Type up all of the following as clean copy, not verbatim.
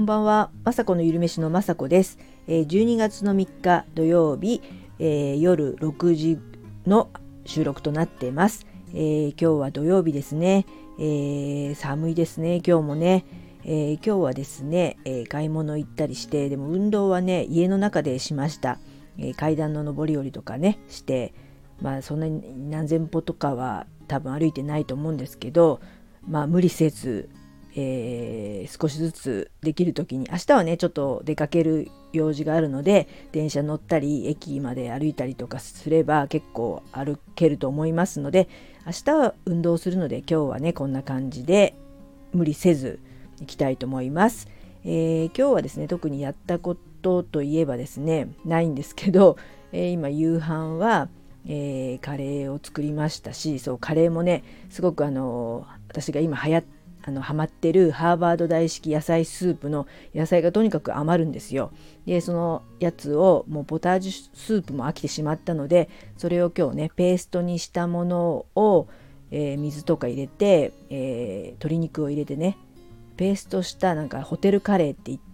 こんばんは。まさこのゆるめしのまさこです。12月の3日土曜日、夜6時の収録となっています。今日は土曜日ですね。寒いですね。今日もね。今日はですね、買い物行ったりして、でも運動はね家の中でしました。階段の上り下りとかねして、そんなに何千歩とかは多分歩いてないと思うんですけど、無理せず、少しずつできる時に、明日はねちょっと出かける用事があるので電車乗ったり駅まで歩いたりとかすれば結構歩けると思いますので、明日は運動するので今日はねこんな感じで無理せずいきたいと思います。今日はですね特にやったことといえばですねないんですけど、今夕飯はカレーを作りましたし、そうカレーもねすごく私が今ハマってるハーバード大式野菜スープの野菜がとにかく余るんですよ。でそのやつをもうポタージュスープも飽きてしまったので、それを今日ねペーストにしたものを、水とか入れて、鶏肉を入れてねペーストしたなんかホテルカレーって言って、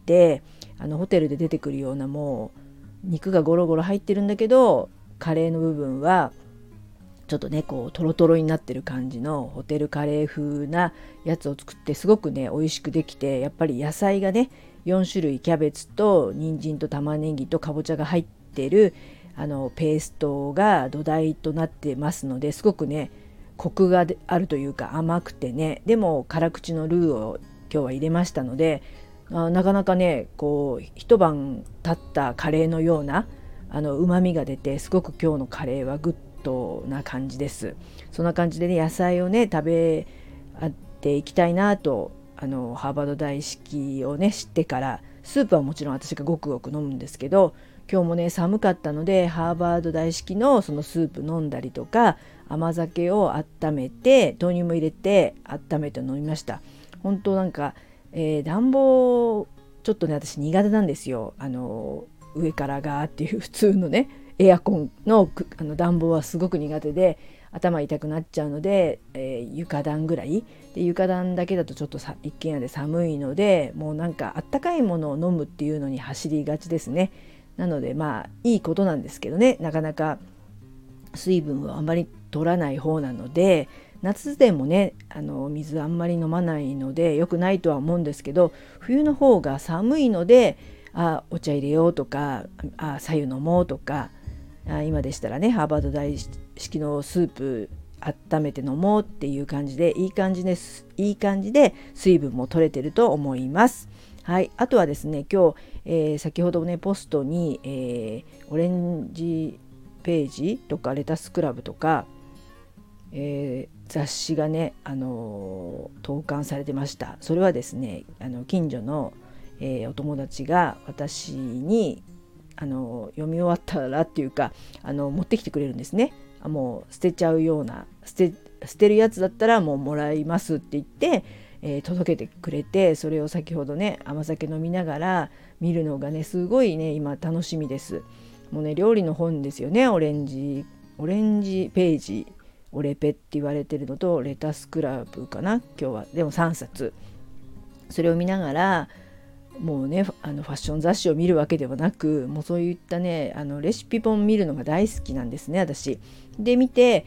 ホテルで出てくるようなもう肉がゴロゴロ入ってるんだけどカレーの部分はちょっとねこうトロトロになってる感じのホテルカレー風なやつを作って、すごくね美味しくできて、やっぱり野菜がね4種類キャベツと人参と玉ねぎとかぼちゃが入ってるペーストが土台となってますので、すごくねコクがあるというか甘くてね、でも辛口のルーを今日は入れましたので、なかなかねこう一晩経ったカレーのような旨味が出て、すごく今日のカレーはグッドな感じです。そんな感じでね野菜をね食べ合っていきたいなと、ハーバード大式をね知ってから、スープはもちろん私がごくごく飲むんですけど、今日もね寒かったのでハーバード大式のそのスープ飲んだりとか、甘酒を温めて豆乳も入れて温めて飲みました。本当なんか、暖房ちょっとね私苦手なんですよ。上からガーっていう普通のねエアコンの暖房はすごく苦手で頭痛くなっちゃうので、床暖ぐらいで、床暖だけだとちょっと一軒家で寒いので、もうなんかあったかいものを飲むっていうのに走りがちですね。なのでいいことなんですけどね、なかなか水分をあまり取らない方なので、夏でもね水あんまり飲まないので良くないとは思うんですけど、冬の方が寒いのでお茶入れようとか白湯飲もうとか、今でしたらねハーバード大式のスープ温めて飲もうっていう感じでいい感じで水分も取れてると思います。はい、あとはですね今日、先ほどねポストに、オレンジページとかレタスクラブとか、雑誌がね、投函されてました。それはですね近所の、お友達が私に読み終わったらっていうか持ってきてくれるんですね。もう捨てちゃうような捨てるやつだったらもうもらいますって言って、届けてくれて、それを先ほどね甘酒飲みながら見るのがねすごいね今楽しみです。もうね料理の本ですよね。オレンジページオレペって言われてるのとレタスクラブかな、今日はでも3冊それを見ながら、もうねファッション雑誌を見るわけではなく、もうそういったねレシピ本見るのが大好きなんですね私。で見て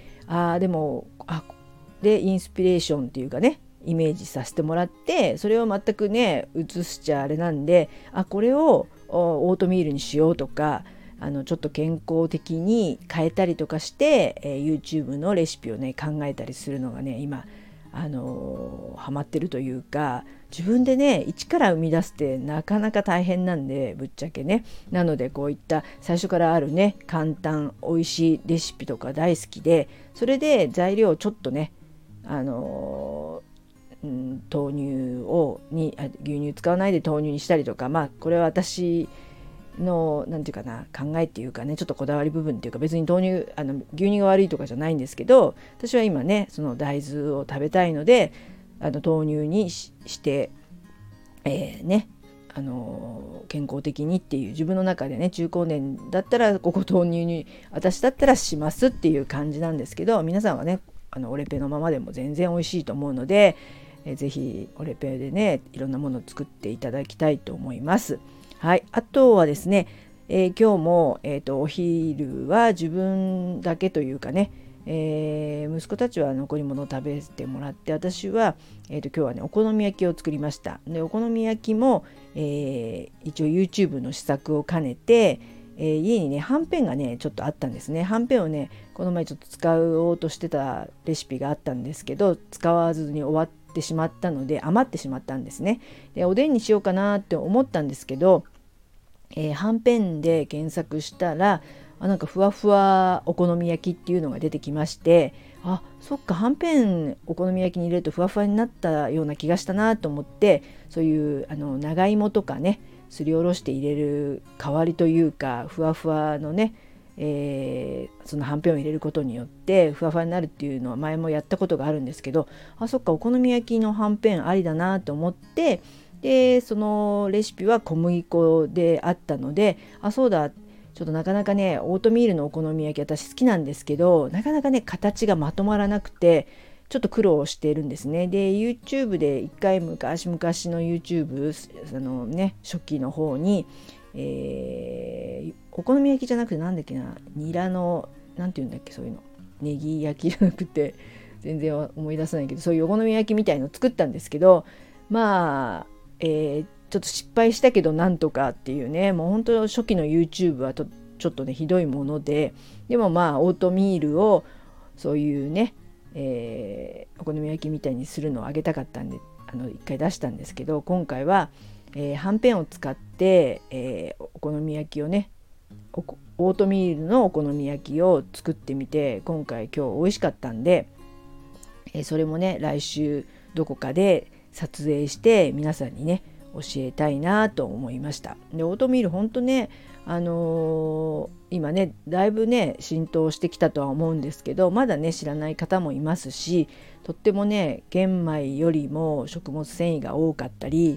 でインスピレーションっていうかねイメージさせてもらって、それを全くね写しちゃあれなんで、これをオートミールにしようとかちょっと健康的に変えたりとかして、YouTube のレシピをね考えたりするのがね今ハマってるというか、自分でね一から生み出すってなかなか大変なんで、ぶっちゃけね。なのでこういった最初からあるね簡単美味しいレシピとか大好きで、それで材料をちょっとね豆乳牛乳使わないで豆乳にしたりとか、これは私のなんていうかな考えっていうかね、ちょっとこだわり部分っていうか、別に牛乳が悪いとかじゃないんですけど、私は今ねその大豆を食べたいので豆乳にして、健康的にっていう、自分の中でね中高年だったら豆乳に私だったらしますっていう感じなんですけど、皆さんはねオレペのままでも全然美味しいと思うので、 ぜひオレペでねいろんなものを作っていただきたいと思います。はい、あとはですね、今日も、お昼は自分だけというかね、息子たちは残り物を食べてもらって、私は、今日はねお好み焼きを作りました。でお好み焼きも、一応 YouTube の試作を兼ねて、家にねはんぺんがねちょっとあったんですね。はんぺんをねこの前ちょっと使おうとしてたレシピがあったんですけど、使わずに終わってしまったので余ってしまったんですね。でおでんにしようかなって思ったんですけど、はんぺんで検索したらなんかふわふわお好み焼きっていうのが出てきまして、そっか、はんぺんお好み焼きに入れるとふわふわになったような気がしたなと思って、そういう長芋とかねすりおろして入れる代わりというか、ふわふわのね、そのはんぺんを入れることによってふわふわになるっていうのは前もやったことがあるんですけど、そっか、お好み焼きのはんぺんありだなと思って、でそのレシピは小麦粉であったので、そうだ、ちょっとなかなかねオートミールのお好み焼き私好きなんですけど、なかなかね形がまとまらなくてちょっと苦労しているんですね。で YouTube で一回昔々の YouTube 初期の方に、お好み焼きじゃなくてなんだっけな、ニラのなんていうんだっけ、そういうのネギ焼きじゃなくて全然思い出せないけど、そういうお好み焼きみたいのを作ったんですけど、ちょっと失敗したけどなんとかっていうね、もう本当初期の YouTube はちょっとねひどいもので、でもオートミールをそういうね、お好み焼きみたいにするのをあげたかったんで一回出したんですけど、今回は、はんぺんを使って、お好み焼きをねオートミールのお好み焼きを作ってみて、今日美味しかったんで、それもね来週どこかで撮影して皆さんにね教えたいなと思いました。でオートミールほんとね、今ねだいぶね浸透してきたとは思うんですけど、まだね知らない方もいますし、とってもね玄米よりも食物繊維が多かったり、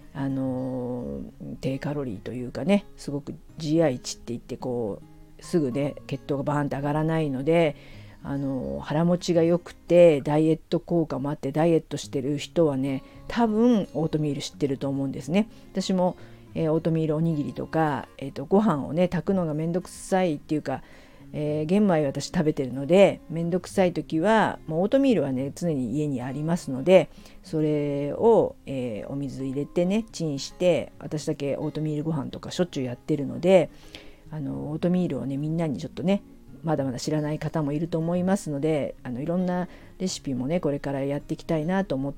低カロリーというかね、すごく GI 値って言ってこうすぐね血糖がバーンって上がらないので、腹持ちが良くてダイエット効果もあって、ダイエットしてる人はね多分オートミール知ってると思うんですね。私も、オートミールおにぎりとか、ご飯をね炊くのがめんどくさいっていうか、玄米私食べてるのでめんどくさい時はもうオートミールはね常に家にありますので、それを、お水入れてねチンして、私だけオートミールご飯とかしょっちゅうやってるので、オートミールをねみんなにちょっとねまだまだ知らない方もいると思いますので、いろんなレシピもねこれからやっていきたいなと思って、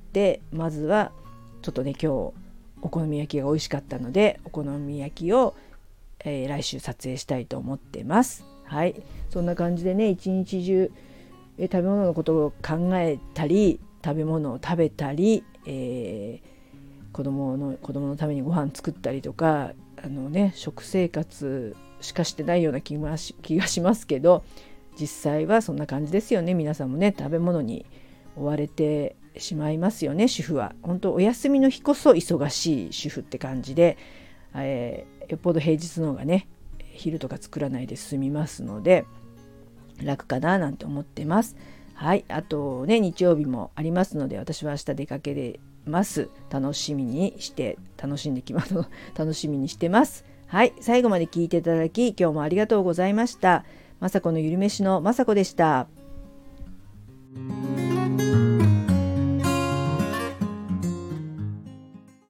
まずはちょっとね今日お好み焼きが美味しかったのでお好み焼きを、来週撮影したいと思ってます。はい、そんな感じでね一日中、食べ物のことを考えたり食べ物を食べたり、子供のためにご飯作ったりとか、食生活しかしてないような気がしますけど、実際はそんな感じですよね。皆さんもね食べ物に追われてしまいますよね。主婦は本当お休みの日こそ忙しい主婦って感じで、よっぽど平日の方がね昼とか作らないで済みますので楽かななんて思ってます。はい、あとね日曜日もありますので、私は明日出かけます。楽しみにしてます。はい、最後まで聞いていただき今日もありがとうございました。まさこのゆるめしのまさこでした。